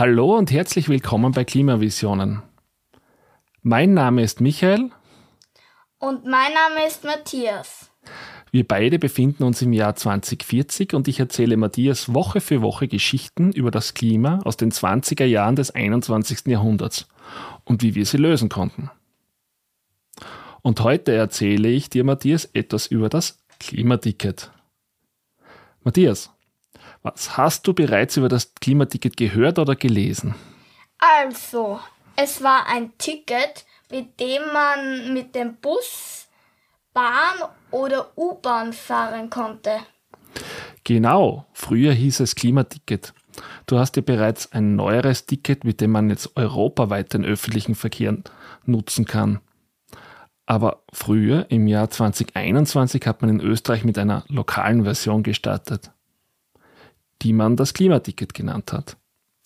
Hallo und herzlich willkommen bei Klimavisionen. Mein Name ist Michael. Und mein Name ist Matthias. Wir beide befinden uns im Jahr 2040 und ich erzähle Matthias Woche für Woche Geschichten über das Klima aus den 20er Jahren des 21. Jahrhunderts und wie wir sie lösen konnten. Und heute erzähle ich dir, Matthias, etwas über das Klimaticket. Matthias, was hast du bereits über das Klimaticket gehört oder gelesen? Also, es war ein Ticket, mit dem man mit dem Bus, Bahn oder U-Bahn fahren konnte. Genau, früher hieß es Klimaticket. Du hast ja bereits ein neueres Ticket, mit dem man jetzt europaweit den öffentlichen Verkehr nutzen kann. Aber früher, im Jahr 2021, hat man in Österreich mit einer lokalen Version gestartet, die man das Klimaticket genannt hat.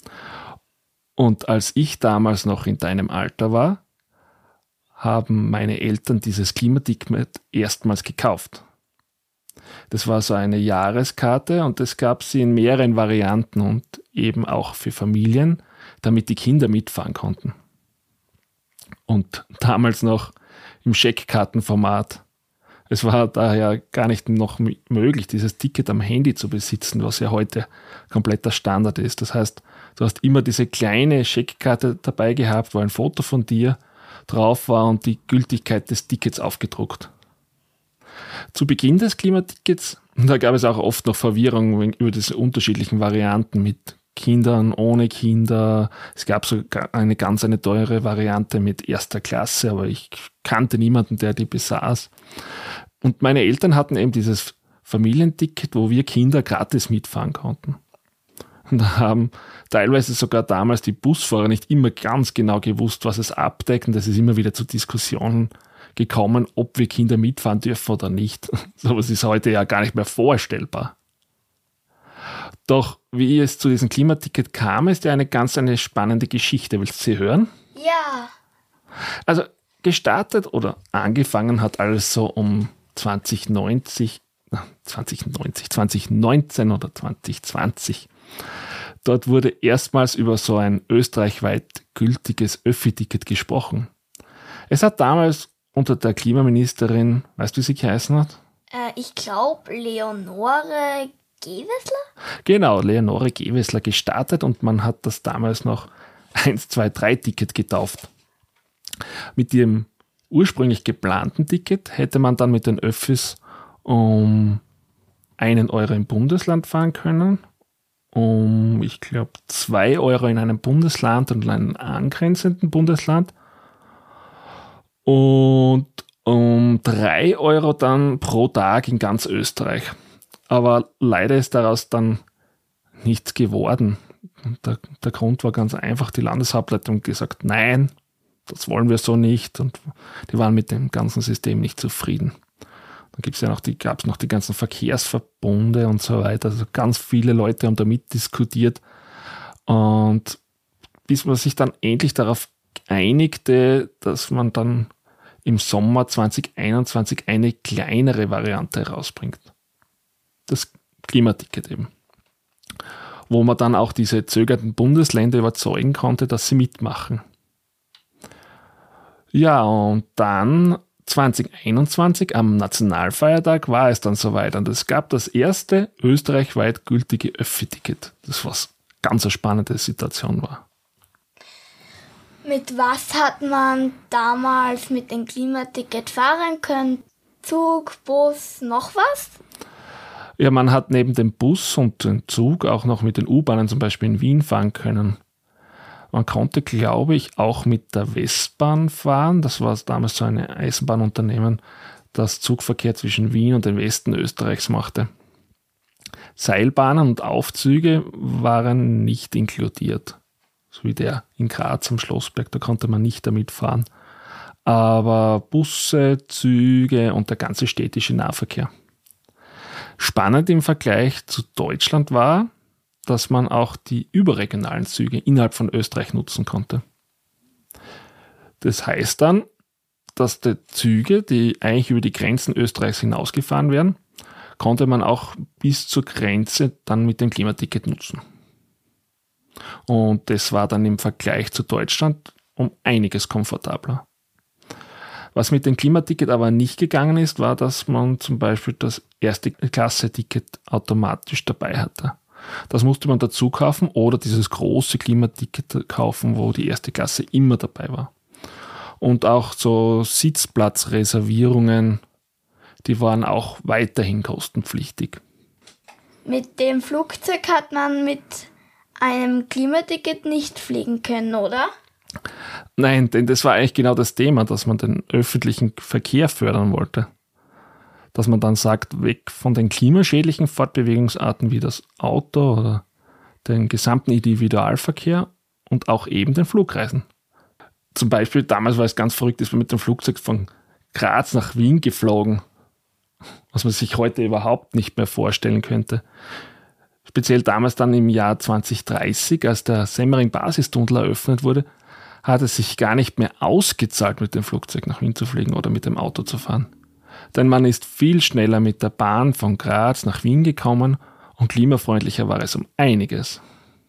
Und als ich damals noch in deinem Alter war, haben meine Eltern dieses Klimaticket erstmals gekauft. Das war so eine Jahreskarte und es gab sie in mehreren Varianten und eben auch für Familien, damit die Kinder mitfahren konnten. Und damals noch im Scheckkartenformat. Es war daher gar nicht noch möglich, dieses Ticket am Handy zu besitzen, was ja heute kompletter Standard ist. Das heißt, du hast immer diese kleine Scheckkarte dabei gehabt, wo ein Foto von dir drauf war und die Gültigkeit des Tickets aufgedruckt. Zu Beginn des Klimatickets, da gab es auch oft noch Verwirrung über diese unterschiedlichen Varianten mit Kindern, ohne Kinder. Es gab sogar eine teure Variante mit erster Klasse, aber ich kannte niemanden, der die besaß. Und meine Eltern hatten eben dieses Familienticket, wo wir Kinder gratis mitfahren konnten. Und da haben teilweise sogar damals die Busfahrer nicht immer ganz genau gewusst, was es abdeckt. Und es ist immer wieder zu Diskussionen gekommen, ob wir Kinder mitfahren dürfen oder nicht. So etwas ist heute ja gar nicht mehr vorstellbar. Doch wie es zu diesem Klimaticket kam, ist ja eine spannende Geschichte. Willst du sie hören? Ja. Also gestartet oder angefangen hat alles so um 2019 oder 2020. Dort wurde erstmals über so ein österreichweit gültiges Öffi-Ticket gesprochen. Es hat damals unter der Klimaministerin, weißt du, wie sie geheißen hat? Ich glaube Leonore Gewessler? Genau, Leonore Gewessler gestartet und man hat das damals noch 1-2-3-Ticket getauft. Mit dem ursprünglich geplanten Ticket hätte man dann mit den Öffis um 1 Euro im Bundesland fahren können, um, ich glaube, 2 Euro in einem Bundesland und einem angrenzenden Bundesland und um 3 Euro dann pro Tag in ganz Österreich. Aber leider ist daraus dann nichts geworden. Und der Grund war ganz einfach, die Landeshauptleitung hat gesagt, nein, das wollen wir so nicht. Und die waren mit dem ganzen System nicht zufrieden. Dann gab es noch die ganzen Verkehrsverbunde und so weiter. Also ganz viele Leute haben da mitdiskutiert. Und bis man sich dann endlich darauf einigte, dass man dann im Sommer 2021 eine kleinere Variante rausbringt. Das Klimaticket eben. Wo man dann auch diese zögernden Bundesländer überzeugen konnte, dass sie mitmachen. Ja, und dann 2021 am Nationalfeiertag war es dann soweit und es gab das erste österreichweit gültige Öffi-Ticket. Das was ganz eine spannende Situation war. Mit was hat man damals mit dem Klimaticket fahren können? Zug, Bus, noch was? Ja, man hat neben dem Bus und dem Zug auch noch mit den U-Bahnen zum Beispiel in Wien fahren können. Man konnte, glaube ich, auch mit der Westbahn fahren. Das war damals so ein Eisenbahnunternehmen, das Zugverkehr zwischen Wien und dem Westen Österreichs machte. Seilbahnen und Aufzüge waren nicht inkludiert. So wie der in Graz am Schlossberg, da konnte man nicht damit fahren. Aber Busse, Züge und der ganze städtische Nahverkehr. Spannend im Vergleich zu Deutschland war, dass man auch die überregionalen Züge innerhalb von Österreich nutzen konnte. Das heißt dann, dass die Züge, die eigentlich über die Grenzen Österreichs hinausgefahren werden, konnte man auch bis zur Grenze dann mit dem Klimaticket nutzen. Und das war dann im Vergleich zu Deutschland um einiges komfortabler. Was mit dem Klimaticket aber nicht gegangen ist, war, dass man zum Beispiel das Erste-Klasse-Ticket automatisch dabei hatte. Das musste man dazu kaufen oder dieses große Klimaticket kaufen, wo die erste Klasse immer dabei war. Und auch so Sitzplatzreservierungen, die waren auch weiterhin kostenpflichtig. Mit dem Flugzeug hat man mit einem Klimaticket nicht fliegen können, oder? Nein, denn das war eigentlich genau das Thema, dass man den öffentlichen Verkehr fördern wollte. Dass man dann sagt, weg von den klimaschädlichen Fortbewegungsarten wie das Auto oder den gesamten Individualverkehr und auch eben den Flugreisen. Zum Beispiel, damals war es ganz verrückt, ist man mit dem Flugzeug von Graz nach Wien geflogen, was man sich heute überhaupt nicht mehr vorstellen könnte. Speziell damals dann im Jahr 2030, als der Semmering-Basistunnel eröffnet wurde, hat es sich gar nicht mehr ausgezahlt, mit dem Flugzeug nach Wien zu fliegen oder mit dem Auto zu fahren. Denn man ist viel schneller mit der Bahn von Graz nach Wien gekommen und klimafreundlicher war es um einiges.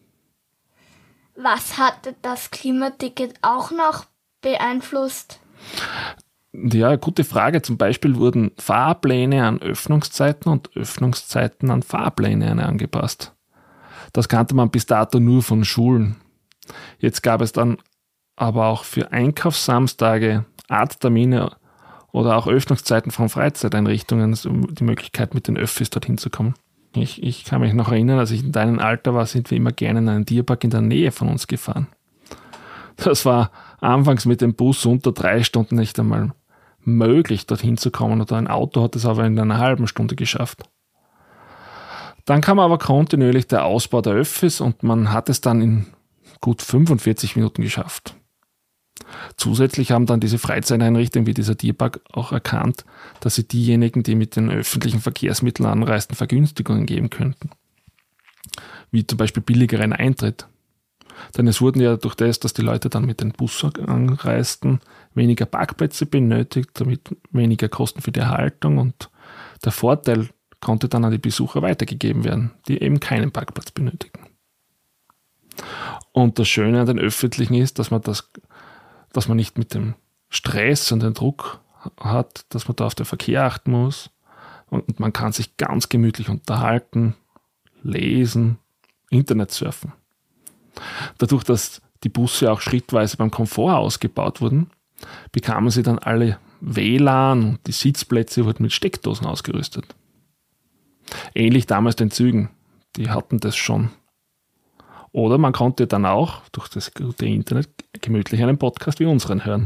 Was hatte das Klimaticket auch noch beeinflusst? Ja, gute Frage. Zum Beispiel wurden Fahrpläne an Öffnungszeiten und Öffnungszeiten an Fahrpläne angepasst. Das kannte man bis dato nur von Schulen. Jetzt gab es dann aber auch für Einkaufssamstage, Arzttermine oder auch Öffnungszeiten von Freizeiteinrichtungen die Möglichkeit, mit den Öffis dorthin zu kommen. Ich kann mich noch erinnern, als ich in deinem Alter war, sind wir immer gerne in einen Tierpark in der Nähe von uns gefahren. Das war anfangs mit dem Bus unter 3 Stunden nicht einmal möglich, dorthin zu kommen. Oder ein Auto hat es aber in einer halben Stunde geschafft. Dann kam aber kontinuierlich der Ausbau der Öffis und man hat es dann in gut 45 Minuten geschafft. Zusätzlich haben dann diese Freizeiteinrichtungen wie dieser Tierpark auch erkannt, dass sie diejenigen, die mit den öffentlichen Verkehrsmitteln anreisten, Vergünstigungen geben könnten. Wie zum Beispiel billigeren Eintritt. Denn es wurden ja durch das, dass die Leute dann mit dem Bus anreisten, weniger Parkplätze benötigt, damit weniger Kosten für die Erhaltung und der Vorteil konnte dann an die Besucher weitergegeben werden, die eben keinen Parkplatz benötigen. Und das Schöne an den Öffentlichen ist, dass man nicht mit dem Stress und dem Druck hat, dass man da auf den Verkehr achten muss und man kann sich ganz gemütlich unterhalten, lesen, Internet surfen. Dadurch, dass die Busse auch schrittweise beim Komfort ausgebaut wurden, bekamen sie dann alle WLAN und die Sitzplätze wurden mit Steckdosen ausgerüstet. Ähnlich damals den Zügen, die hatten das schon. Oder man konnte dann auch durch das gute Internet gemütlich einen Podcast wie unseren hören.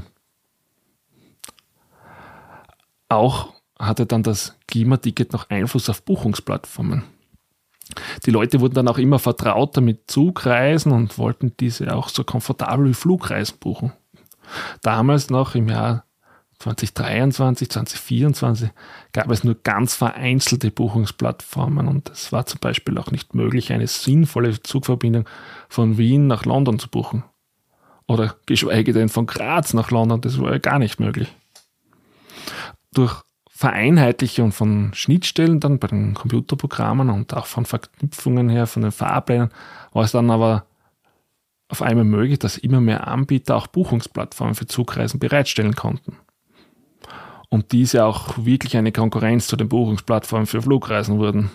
Auch hatte dann das Klimaticket noch Einfluss auf Buchungsplattformen. Die Leute wurden dann auch immer vertrauter mit Zugreisen und wollten diese auch so komfortabel wie Flugreisen buchen. Damals noch im Jahr 2023, 2024 gab es nur ganz vereinzelte Buchungsplattformen und es war zum Beispiel auch nicht möglich, eine sinnvolle Zugverbindung von Wien nach London zu buchen. Oder geschweige denn von Graz nach London, das war ja gar nicht möglich. Durch Vereinheitlichung von Schnittstellen dann bei den Computerprogrammen und auch von Verknüpfungen her, von den Fahrplänen, war es dann aber auf einmal möglich, dass immer mehr Anbieter auch Buchungsplattformen für Zugreisen bereitstellen konnten. Und diese auch wirklich eine Konkurrenz zu den Buchungsplattformen für Flugreisen wurden.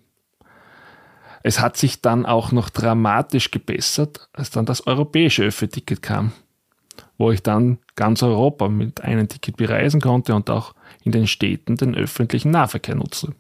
Es hat sich dann auch noch dramatisch gebessert, als dann das europäische Öffi-Ticket kam, wo ich dann ganz Europa mit einem Ticket bereisen konnte und auch in den Städten den öffentlichen Nahverkehr nutzte.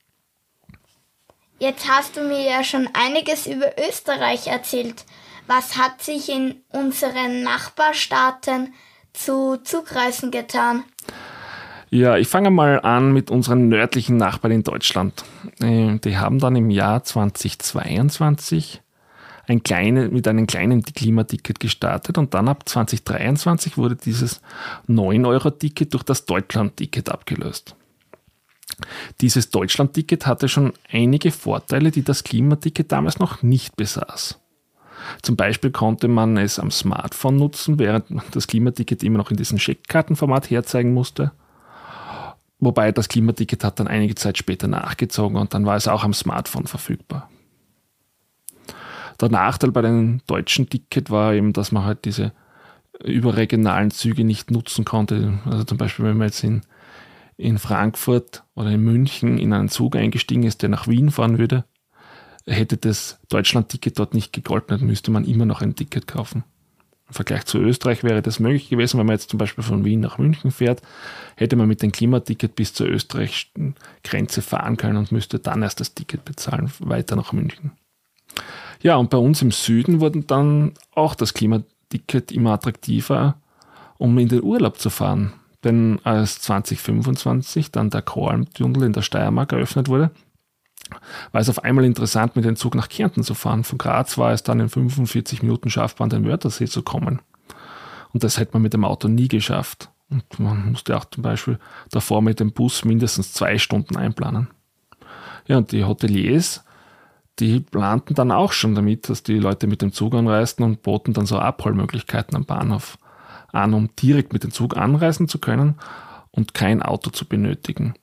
Jetzt hast du mir ja schon einiges über Österreich erzählt. Was hat sich in unseren Nachbarstaaten zu Zugreisen getan? Ja, ich fange mal an mit unseren nördlichen Nachbarn in Deutschland. Die haben dann im Jahr 2022 mit einem kleinen Klimaticket gestartet und dann ab 2023 wurde dieses 9-Euro-Ticket durch das Deutschland-Ticket abgelöst. Dieses Deutschland-Ticket hatte schon einige Vorteile, die das Klimaticket damals noch nicht besaß. Zum Beispiel konnte man es am Smartphone nutzen, während man das Klimaticket immer noch in diesem Scheckkartenformat herzeigen musste. Wobei das Klimaticket hat dann einige Zeit später nachgezogen und dann war es auch am Smartphone verfügbar. Der Nachteil bei dem deutschen Ticket war eben, dass man halt diese überregionalen Züge nicht nutzen konnte. Also zum Beispiel, wenn man jetzt in Frankfurt oder in München in einen Zug eingestiegen ist, der nach Wien fahren würde, hätte das Deutschland-Ticket dort nicht gegolten, dann müsste man immer noch ein Ticket kaufen. Im Vergleich zu Österreich wäre das möglich gewesen, wenn man jetzt zum Beispiel von Wien nach München fährt, hätte man mit dem Klimaticket bis zur österreichischen Grenze fahren können und müsste dann erst das Ticket bezahlen, weiter nach München. Ja, und bei uns im Süden wurde dann auch das Klimaticket immer attraktiver, um in den Urlaub zu fahren. Denn als 2025 dann der Koralmtunnel in der Steiermark eröffnet wurde, war es auf einmal interessant, mit dem Zug nach Kärnten zu fahren. Von Graz war es dann in 45 Minuten schaffbar, an den Wörthersee zu kommen. Und das hätte man mit dem Auto nie geschafft. Und man musste auch zum Beispiel davor mit dem Bus mindestens 2 Stunden einplanen. Ja, und die Hoteliers, die planten dann auch schon damit, dass die Leute mit dem Zug anreisten und boten dann so Abholmöglichkeiten am Bahnhof an, um direkt mit dem Zug anreisen zu können und kein Auto zu benötigen.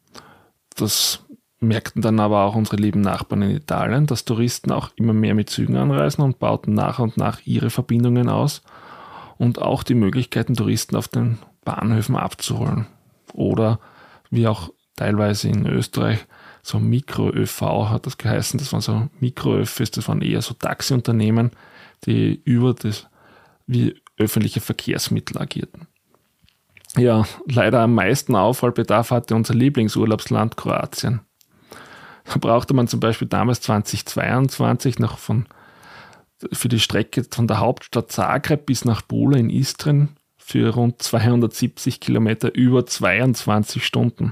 Das merkten dann aber auch unsere lieben Nachbarn in Italien, dass Touristen auch immer mehr mit Zügen anreisen und bauten nach und nach ihre Verbindungen aus und auch die Möglichkeiten, Touristen auf den Bahnhöfen abzuholen. Oder wie auch teilweise in Österreich, so Mikro-ÖV hat das geheißen, das waren so Mikro-ÖVs, das waren eher so Taxiunternehmen, die über das wie öffentliche Verkehrsmittel agierten. Ja, leider am meisten Aufholbedarf hatte unser Lieblingsurlaubsland Kroatien. Da brauchte man zum Beispiel damals 2022 noch für die Strecke von der Hauptstadt Zagreb bis nach Pula in Istrien für rund 270 Kilometer über 22 Stunden.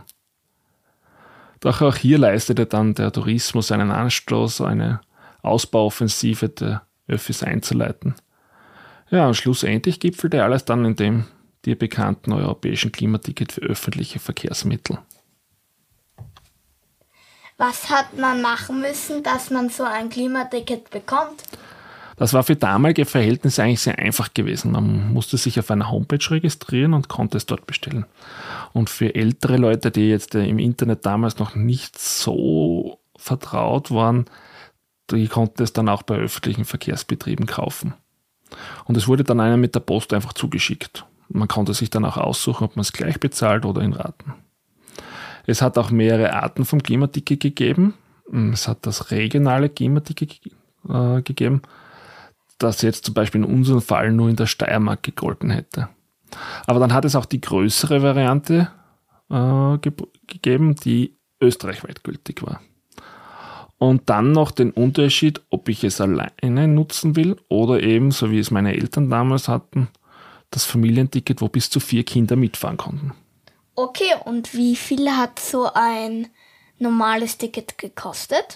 Doch auch hier leistete dann der Tourismus einen Anstoß, eine Ausbauoffensive der Öffis einzuleiten. Ja, und schlussendlich gipfelte alles dann in dem dir bekannten europäischen Klimaticket für öffentliche Verkehrsmittel. Was hat man machen müssen, dass man so ein Klimaticket bekommt? Das war für damalige Verhältnisse eigentlich sehr einfach gewesen. Man musste sich auf einer Homepage registrieren und konnte es dort bestellen. Und für ältere Leute, die jetzt im Internet damals noch nicht so vertraut waren, die konnten es dann auch bei öffentlichen Verkehrsbetrieben kaufen. Und es wurde dann einem mit der Post einfach zugeschickt. Man konnte sich dann auch aussuchen, ob man es gleich bezahlt oder in Raten. Es hat auch mehrere Arten vom Klimaticket gegeben. Es hat das regionale Klimaticket gegeben, das jetzt zum Beispiel in unserem Fall nur in der Steiermark gegolten hätte. Aber dann hat es auch die größere Variante gegeben, die österreichweit gültig war. Und dann noch den Unterschied, ob ich es alleine nutzen will oder eben, so wie es meine Eltern damals hatten, das Familienticket, wo bis zu 4 Kinder mitfahren konnten. Okay, und wie viel hat so ein normales Ticket gekostet?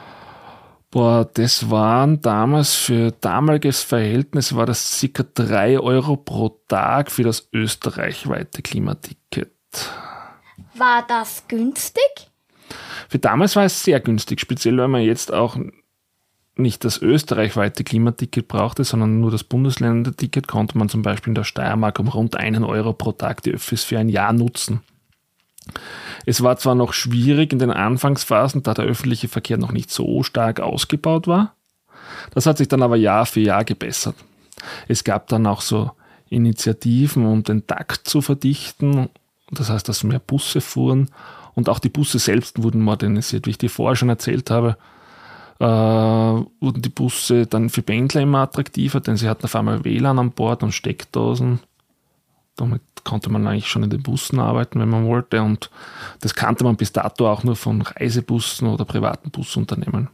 Das waren damals für damaliges Verhältnis war das ca. 3 Euro pro Tag für das österreichweite Klimaticket. War das günstig? Für damals war es sehr günstig, speziell weil man jetzt auch nicht das österreichweite Klimaticket brauchte, sondern nur das Bundesländerticket, konnte man zum Beispiel in der Steiermark um rund 1 Euro pro Tag die Öffis für ein Jahr nutzen. Es war zwar noch schwierig in den Anfangsphasen, da der öffentliche Verkehr noch nicht so stark ausgebaut war. Das hat sich dann aber Jahr für Jahr gebessert. Es gab dann auch so Initiativen, um den Takt zu verdichten. Das heißt, dass mehr Busse fuhren und auch die Busse selbst wurden modernisiert. Wie ich dir vorher schon erzählt habe, wurden die Busse dann für Pendler immer attraktiver, denn sie hatten auf einmal WLAN an Bord und Steckdosen. Damit konnte man eigentlich schon in den Bussen arbeiten, wenn man wollte. Und das kannte man bis dato auch nur von Reisebussen oder privaten Busunternehmen.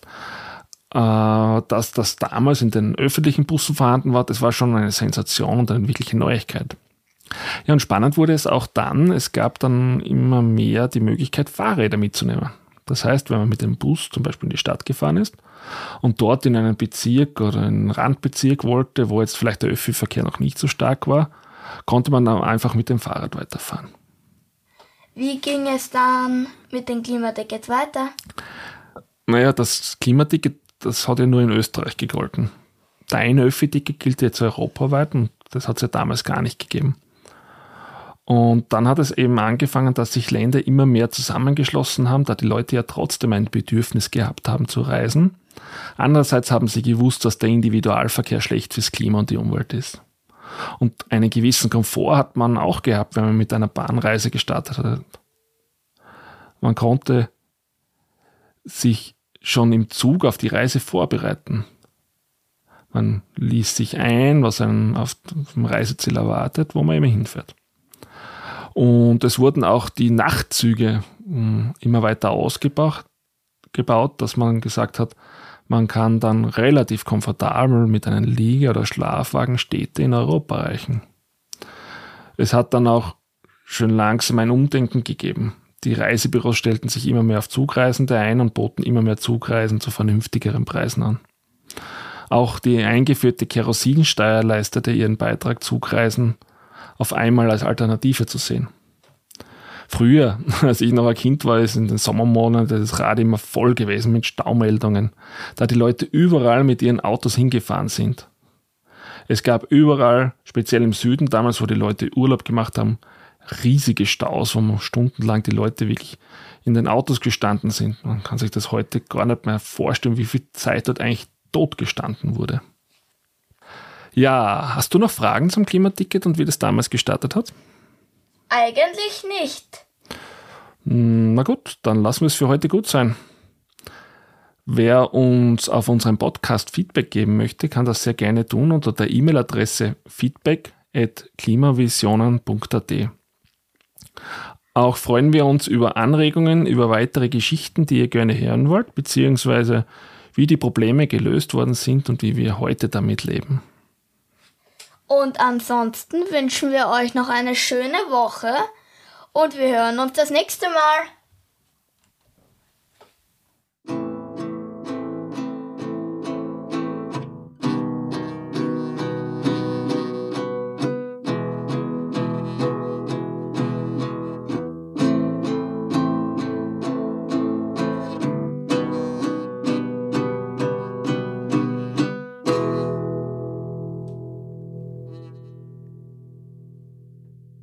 Dass das damals in den öffentlichen Bussen vorhanden war, das war schon eine Sensation und eine wirkliche Neuigkeit. Ja, und spannend wurde es auch dann, es gab dann immer mehr die Möglichkeit, Fahrräder mitzunehmen. Das heißt, wenn man mit dem Bus zum Beispiel in die Stadt gefahren ist und dort in einen Bezirk oder einen Randbezirk wollte, wo jetzt vielleicht der Öffi-Verkehr noch nicht so stark war, konnte man dann einfach mit dem Fahrrad weiterfahren. Wie ging es dann mit dem Klimaticket weiter? Naja, das Klimaticket, das hat ja nur in Österreich gegolten. Dein Öffi-Ticket gilt jetzt europaweit und das hat es ja damals gar nicht gegeben. Und dann hat es eben angefangen, dass sich Länder immer mehr zusammengeschlossen haben, da die Leute ja trotzdem ein Bedürfnis gehabt haben zu reisen. Andererseits haben sie gewusst, dass der Individualverkehr schlecht fürs Klima und die Umwelt ist. Und einen gewissen Komfort hat man auch gehabt, wenn man mit einer Bahnreise gestartet hat. Man konnte sich schon im Zug auf die Reise vorbereiten. Man ließ sich ein, was einen auf dem Reiseziel erwartet, wo man immer hinfährt. Und es wurden auch die Nachtzüge immer weiter ausgebaut, dass man gesagt hat, man kann dann relativ komfortabel mit einem Liege- oder Schlafwagen Städte in Europa erreichen. Es hat dann auch schon langsam ein Umdenken gegeben. Die Reisebüros stellten sich immer mehr auf Zugreisende ein und boten immer mehr Zugreisen zu vernünftigeren Preisen an. Auch die eingeführte Kerosinsteuer leistete ihren Beitrag, Zugreisen auf einmal als Alternative zu sehen. Früher, als ich noch ein Kind war, ist in den Sommermonaten das Rad immer voll gewesen mit Staumeldungen, da die Leute überall mit ihren Autos hingefahren sind. Es gab überall, speziell im Süden, damals wo die Leute Urlaub gemacht haben, riesige Staus, wo stundenlang die Leute wirklich in den Autos gestanden sind. Man kann sich das heute gar nicht mehr vorstellen, wie viel Zeit dort eigentlich tot gestanden wurde. Ja, hast du noch Fragen zum Klimaticket und wie das damals gestartet hat? Eigentlich nicht. Na gut, dann lassen wir es für heute gut sein. Wer uns auf unserem Podcast Feedback geben möchte, kann das sehr gerne tun unter der E-Mail-Adresse feedback@klimavisionen.at. Auch freuen wir uns über Anregungen, über weitere Geschichten, die ihr gerne hören wollt, beziehungsweise wie die Probleme gelöst worden sind und wie wir heute damit leben. Und ansonsten wünschen wir euch noch eine schöne Woche und wir hören uns das nächste Mal.